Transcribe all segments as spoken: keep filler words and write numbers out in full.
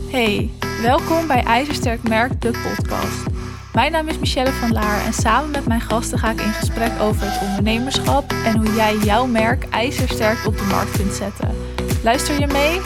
Hey, welkom bij IJzersterk Merk, de podcast. Mijn naam is Michelle van Laar en samen met mijn gasten ga ik in gesprek over het ondernemerschap en hoe jij jouw merk ijzersterk op de markt kunt zetten. Luister je mee?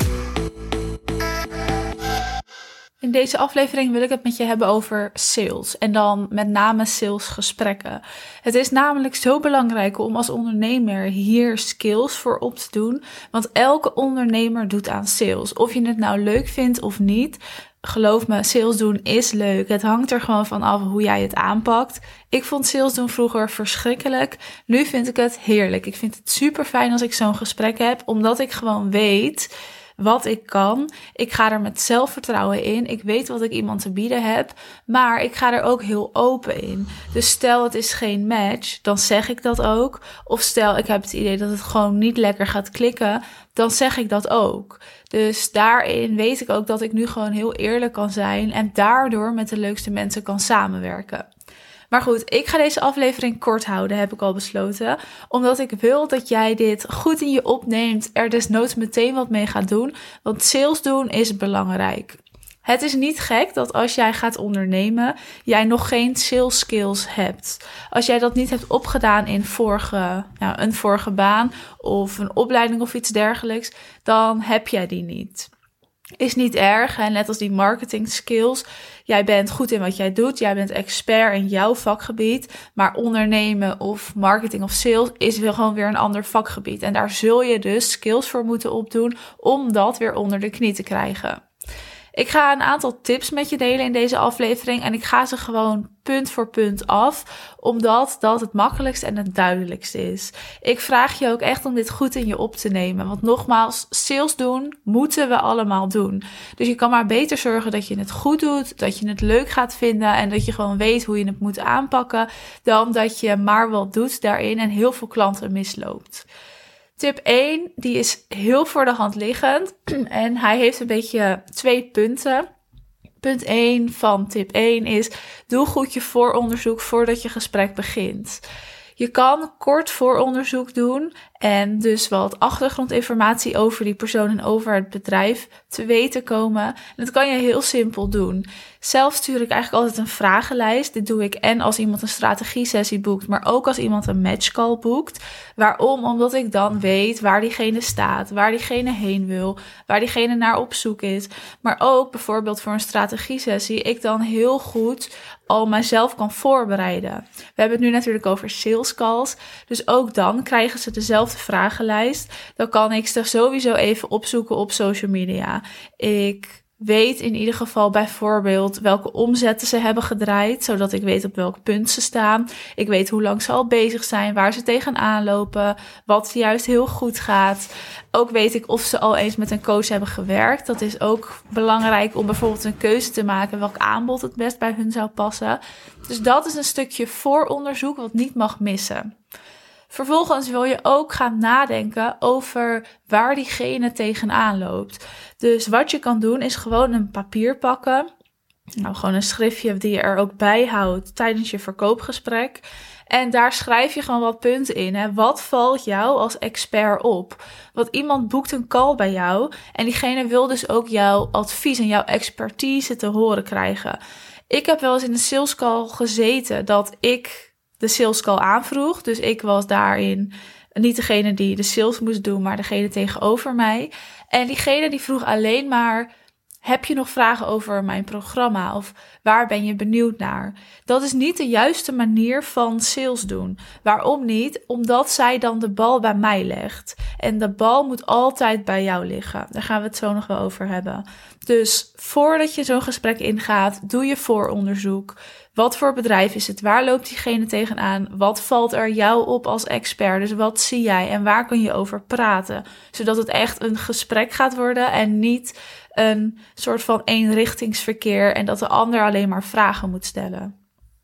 In deze aflevering wil ik het met je hebben over sales en dan met name salesgesprekken. Het is namelijk zo belangrijk om als ondernemer hier skills voor op te doen, want elke ondernemer doet aan sales. Of je het nou leuk vindt of niet, geloof me, sales doen is leuk. Het hangt er gewoon van af hoe jij het aanpakt. Ik vond sales doen vroeger verschrikkelijk. Nu vind ik het heerlijk. Ik vind het super fijn als ik zo'n gesprek heb, omdat ik gewoon weet wat ik kan. Ik ga er met zelfvertrouwen in. Ik weet wat ik iemand te bieden heb. Maar ik ga er ook heel open in. Dus stel het is geen match, dan zeg ik dat ook. Of stel ik heb het idee dat het gewoon niet lekker gaat klikken, dan zeg ik dat ook. Dus daarin weet ik ook dat ik nu gewoon heel eerlijk kan zijn en daardoor met de leukste mensen kan samenwerken. Maar goed, ik ga deze aflevering kort houden, heb ik al besloten. Omdat ik wil dat jij dit goed in je opneemt, er desnoods meteen wat mee gaat doen. Want sales doen is belangrijk. Het is niet gek dat als jij gaat ondernemen, jij nog geen sales skills hebt. Als jij dat niet hebt opgedaan in vorige, nou, een vorige baan of een opleiding of iets dergelijks, dan heb jij die niet. Is niet erg, hè? Net als die marketing skills. Jij bent goed in wat jij doet. Jij bent expert in jouw vakgebied. Maar ondernemen of marketing of sales is wel gewoon weer een ander vakgebied. En daar zul je dus skills voor moeten opdoen om dat weer onder de knie te krijgen. Ik ga een aantal tips met je delen in deze aflevering en ik ga ze gewoon punt voor punt af, omdat dat het makkelijkst en het duidelijkste is. Ik vraag je ook echt om dit goed in je op te nemen, want nogmaals, sales doen moeten we allemaal doen. Dus je kan maar beter zorgen dat je het goed doet, dat je het leuk gaat vinden en dat je gewoon weet hoe je het moet aanpakken, dan dat je maar wat doet daarin en heel veel klanten misloopt. Tip één, die is heel voor de hand liggend en hij heeft een beetje twee punten. Punt één van tip één is, doe goed je vooronderzoek voordat je gesprek begint. Je kan kort vooronderzoek doen en dus wat achtergrondinformatie over die persoon en over het bedrijf te weten komen. En dat kan je heel simpel doen. Zelf stuur ik eigenlijk altijd een vragenlijst. Dit doe ik en als iemand een strategie-sessie boekt, maar ook als iemand een matchcall boekt. Waarom? Omdat ik dan weet waar diegene staat, waar diegene heen wil, waar diegene naar op zoek is. Maar ook bijvoorbeeld voor een strategie-sessie, ik dan heel goed al mijzelf kan voorbereiden. We hebben het nu natuurlijk over sales calls, dus ook dan krijgen ze dezelfde vragenlijst. Dan kan ik ze sowieso even opzoeken op social media. Ik weet in ieder geval bijvoorbeeld welke omzetten ze hebben gedraaid, zodat ik weet op welk punt ze staan. Ik weet hoe lang ze al bezig zijn, waar ze tegenaan lopen, wat juist heel goed gaat. Ook weet ik of ze al eens met een coach hebben gewerkt. Dat is ook belangrijk om bijvoorbeeld een keuze te maken welk aanbod het best bij hun zou passen. Dus dat is een stukje vooronderzoek wat niet mag missen. Vervolgens wil je ook gaan nadenken over waar diegene tegenaan loopt. Dus wat je kan doen is gewoon een papier pakken. Nou, gewoon een schriftje die je er ook bij houdt tijdens je verkoopgesprek. En daar schrijf je gewoon wat punten in. Hè? Wat valt jou als expert op? Want iemand boekt een call bij jou en diegene wil dus ook jouw advies en jouw expertise te horen krijgen. Ik heb wel eens in een sales call gezeten dat ik de sales call aanvroeg. Dus ik was daarin niet degene die de sales moest doen, maar degene tegenover mij. En diegene die vroeg alleen maar, heb je nog vragen over mijn programma? Of waar ben je benieuwd naar? Dat is niet de juiste manier van sales doen. Waarom niet? Omdat zij dan de bal bij mij legt. En de bal moet altijd bij jou liggen. Daar gaan we het zo nog wel over hebben. Dus voordat je zo'n gesprek ingaat, doe je vooronderzoek. Wat voor bedrijf is het? Waar loopt diegene tegenaan? Wat valt er jou op als expert? Dus wat zie jij en waar kun je over praten? Zodat het echt een gesprek gaat worden en niet een soort van eenrichtingsverkeer en dat de ander alleen maar vragen moet stellen.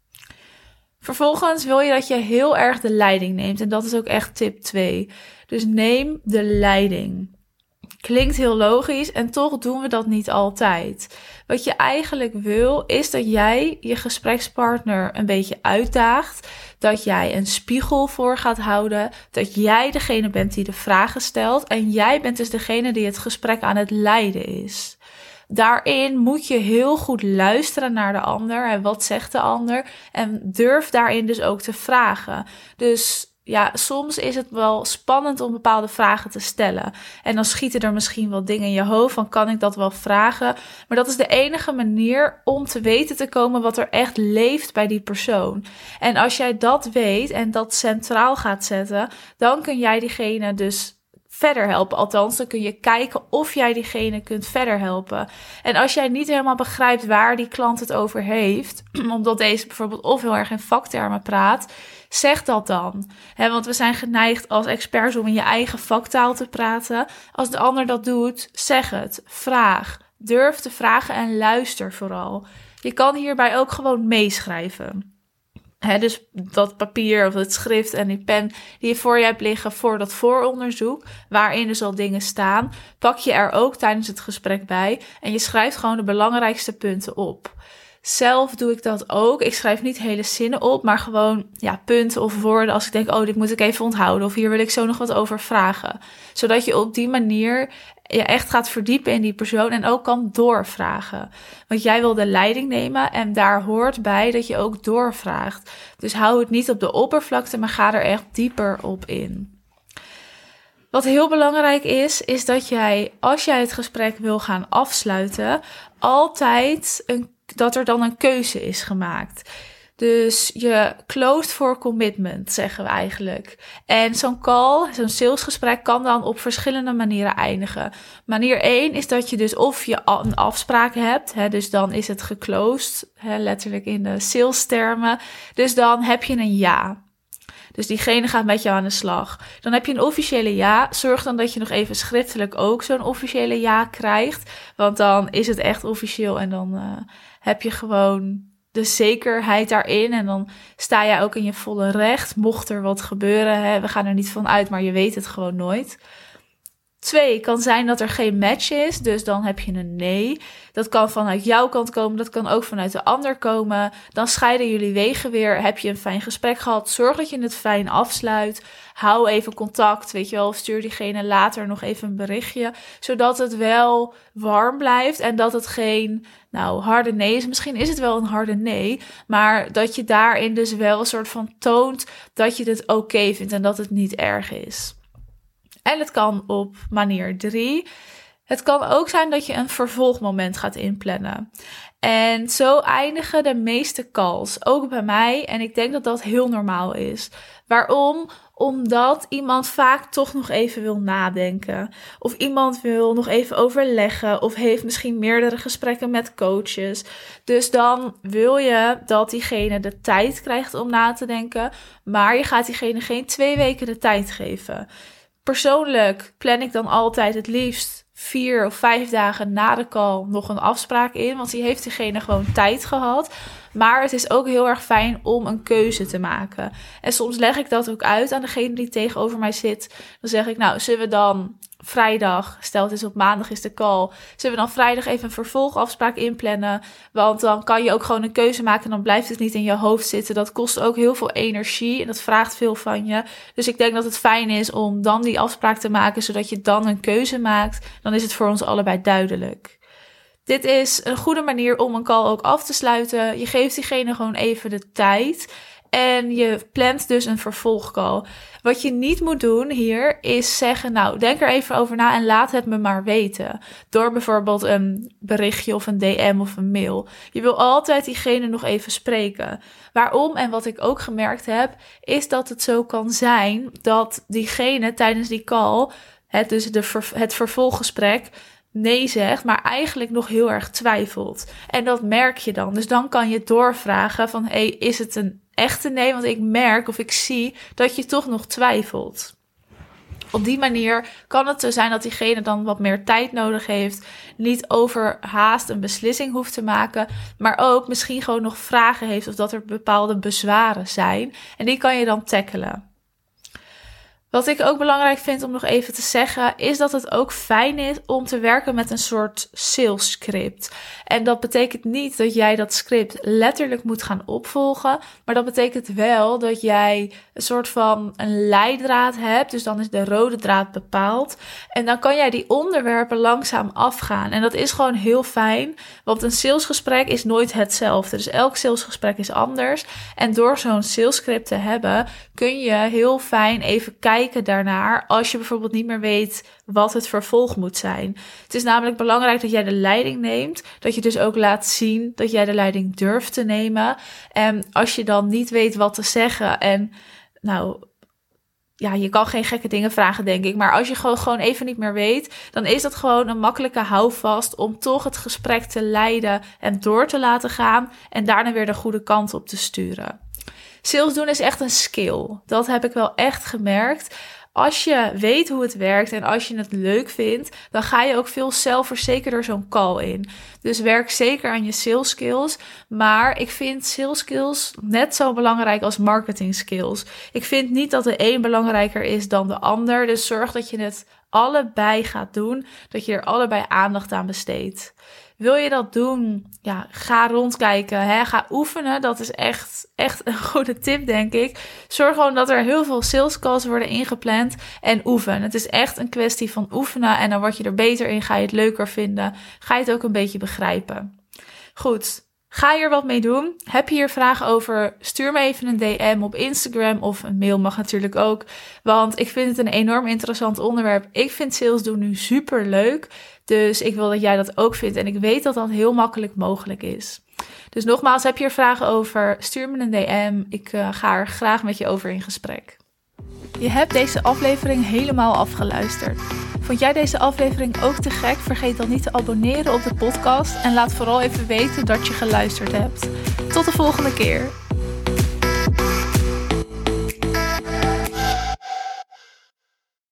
Vervolgens wil je dat je heel erg de leiding neemt en dat is ook echt tip twee. Dus neem de leiding. Klinkt heel logisch en toch doen we dat niet altijd. Wat je eigenlijk wil is dat jij je gesprekspartner een beetje uitdaagt. Dat jij een spiegel voor gaat houden. Dat jij degene bent die de vragen stelt. En jij bent dus degene die het gesprek aan het leiden is. Daarin moet je heel goed luisteren naar de ander en wat zegt de ander. En durf daarin dus ook te vragen. Dus ja, soms is het wel spannend om bepaalde vragen te stellen. En dan schieten er misschien wel dingen in je hoofd van, kan ik dat wel vragen? Maar dat is de enige manier om te weten te komen wat er echt leeft bij die persoon. En als jij dat weet en dat centraal gaat zetten, dan kun jij diegene dus verder helpen. Althans, dan kun je kijken of jij diegene kunt verder helpen. En als jij niet helemaal begrijpt waar die klant het over heeft, omdat deze bijvoorbeeld of heel erg in vaktermen praat, zeg dat dan. He, want we zijn geneigd als experts om in je eigen vaktaal te praten. Als de ander dat doet, zeg het. Vraag. Durf te vragen en luister vooral. Je kan hierbij ook gewoon meeschrijven. He, dus dat papier of het schrift en die pen die je voor je hebt liggen voor dat vooronderzoek, waarin dus al dingen staan, pak je er ook tijdens het gesprek bij en je schrijft gewoon de belangrijkste punten op. Zelf doe ik dat ook. Ik schrijf niet hele zinnen op, maar gewoon ja, punten of woorden als ik denk, oh, dit moet ik even onthouden of hier wil ik zo nog wat over vragen. Zodat je op die manier je echt gaat verdiepen in die persoon en ook kan doorvragen. Want jij wil de leiding nemen en daar hoort bij dat je ook doorvraagt. Dus hou het niet op de oppervlakte, maar ga er echt dieper op in. Wat heel belangrijk is, is dat jij, als jij het gesprek wil gaan afsluiten, altijd een, dat er dan een keuze is gemaakt. Dus je closed for commitment, zeggen we eigenlijk. En zo'n call, zo'n salesgesprek kan dan op verschillende manieren eindigen. Manier één is dat je dus of je een afspraak hebt, hè, dus dan is het geclosed, hè, letterlijk in de sales termen. Dus dan heb je een ja. Dus diegene gaat met jou aan de slag. Dan heb je een officiële ja. Zorg dan dat je nog even schriftelijk ook zo'n officiële ja krijgt. Want dan is het echt officieel en dan uh, heb je gewoon de zekerheid daarin. En dan sta jij ook in je volle recht. Mocht er wat gebeuren, hè, we gaan er niet van uit, maar je weet het gewoon nooit. Twee, kan zijn dat er geen match is, dus dan heb je een nee. Dat kan vanuit jouw kant komen, dat kan ook vanuit de ander komen. Dan scheiden jullie wegen weer, heb je een fijn gesprek gehad. Zorg dat je het fijn afsluit. Hou even contact, weet je wel, of stuur diegene later nog even een berichtje. Zodat het wel warm blijft en dat het geen nou, harde nee is. Misschien is het wel een harde nee, maar dat je daarin dus wel een soort van toont dat je het oké okay vindt en dat het niet erg is. En het kan op manier drie. Het kan ook zijn dat je een vervolgmoment gaat inplannen. En zo eindigen de meeste calls, ook bij mij. En ik denk dat dat heel normaal is. Waarom? Omdat iemand vaak toch nog even wil nadenken. Of iemand wil nog even overleggen. Of heeft misschien meerdere gesprekken met coaches. Dus dan wil je dat diegene de tijd krijgt om na te denken. Maar je gaat diegene geen twee weken de tijd geven. Persoonlijk plan ik dan altijd het liefst vier of vijf dagen na de call nog een afspraak in. Want die heeft diegene gewoon tijd gehad. Maar het is ook heel erg fijn om een keuze te maken. En soms leg ik dat ook uit aan degene die tegenover mij zit. Dan zeg ik, nou, zullen we dan vrijdag, stel het is op maandag is de call, zullen we dan vrijdag even een vervolgafspraak inplannen? Want dan kan je ook gewoon een keuze maken en dan blijft het niet in je hoofd zitten. Dat kost ook heel veel energie en dat vraagt veel van je. Dus ik denk dat het fijn is om dan die afspraak te maken, zodat je dan een keuze maakt. Dan is het voor ons allebei duidelijk. Dit is een goede manier om een call ook af te sluiten. Je geeft diegene gewoon even de tijd. En je plant dus een vervolgcall. Wat je niet moet doen hier is zeggen, nou, denk er even over na en laat het me maar weten. Door bijvoorbeeld een berichtje of een D M of een mail. Je wil altijd diegene nog even spreken. Waarom? En wat ik ook gemerkt heb, is dat het zo kan zijn dat diegene tijdens die call, het, dus de, het vervolggesprek, nee zegt, maar eigenlijk nog heel erg twijfelt. En dat merk je dan. Dus dan kan je doorvragen van, hey, is het een echte nee? Want ik merk of ik zie dat je toch nog twijfelt. Op die manier kan het zo zijn dat diegene dan wat meer tijd nodig heeft, niet overhaast een beslissing hoeft te maken, maar ook misschien gewoon nog vragen heeft of dat er bepaalde bezwaren zijn. En die kan je dan tackelen. Wat ik ook belangrijk vind om nog even te zeggen, is dat het ook fijn is om te werken met een soort sales script. En dat betekent niet dat jij dat script letterlijk moet gaan opvolgen, maar dat betekent wel dat jij een soort van een leidraad hebt. Dus dan is de rode draad bepaald. En dan kan jij die onderwerpen langzaam afgaan. En dat is gewoon heel fijn, want een salesgesprek is nooit hetzelfde. Dus elk salesgesprek is anders. En door zo'n salesscript te hebben, kun je heel fijn even kijken daarnaar als je bijvoorbeeld niet meer weet wat het vervolg moet zijn. Het is namelijk belangrijk dat jij de leiding neemt, dat je dus ook laat zien dat jij de leiding durft te nemen. En als je dan niet weet wat te zeggen en nou, ja, je kan geen gekke dingen vragen, denk ik. Maar als je gewoon, gewoon even niet meer weet, dan is dat gewoon een makkelijke houvast om toch het gesprek te leiden en door te laten gaan en daarna weer de goede kant op te sturen. Sales doen is echt een skill. Dat heb ik wel echt gemerkt. Als je weet hoe het werkt en als je het leuk vindt, dan ga je ook veel zelfverzekerder zo'n call in. Dus werk zeker aan je sales skills. Maar ik vind sales skills net zo belangrijk als marketing skills. Ik vind niet dat de een belangrijker is dan de ander. Dus zorg dat je het allebei gaat doen. Dat je er allebei aandacht aan besteedt. Wil je dat doen? Ja, ga rondkijken, hè? Ga oefenen. Dat is echt, echt een goede tip, denk ik. Zorg gewoon dat er heel veel sales calls worden ingepland en oefen. Het is echt een kwestie van oefenen en dan word je er beter in. Ga je het leuker vinden? Ga je het ook een beetje begrijpen? Goed. Ga hier wat mee doen. Heb je hier vragen over? Stuur me even een D M op Instagram of een mail mag natuurlijk ook. Want ik vind het een enorm interessant onderwerp. Ik vind sales doen nu super leuk. Dus ik wil dat jij dat ook vindt. En ik weet dat dat heel makkelijk mogelijk is. Dus nogmaals, heb je hier vragen over? Stuur me een D M. Ik uh, ga er graag met je over in gesprek. Je hebt deze aflevering helemaal afgeluisterd. Vond jij deze aflevering ook te gek? Vergeet dan niet te abonneren op de podcast en laat vooral even weten dat je geluisterd hebt. Tot de volgende keer.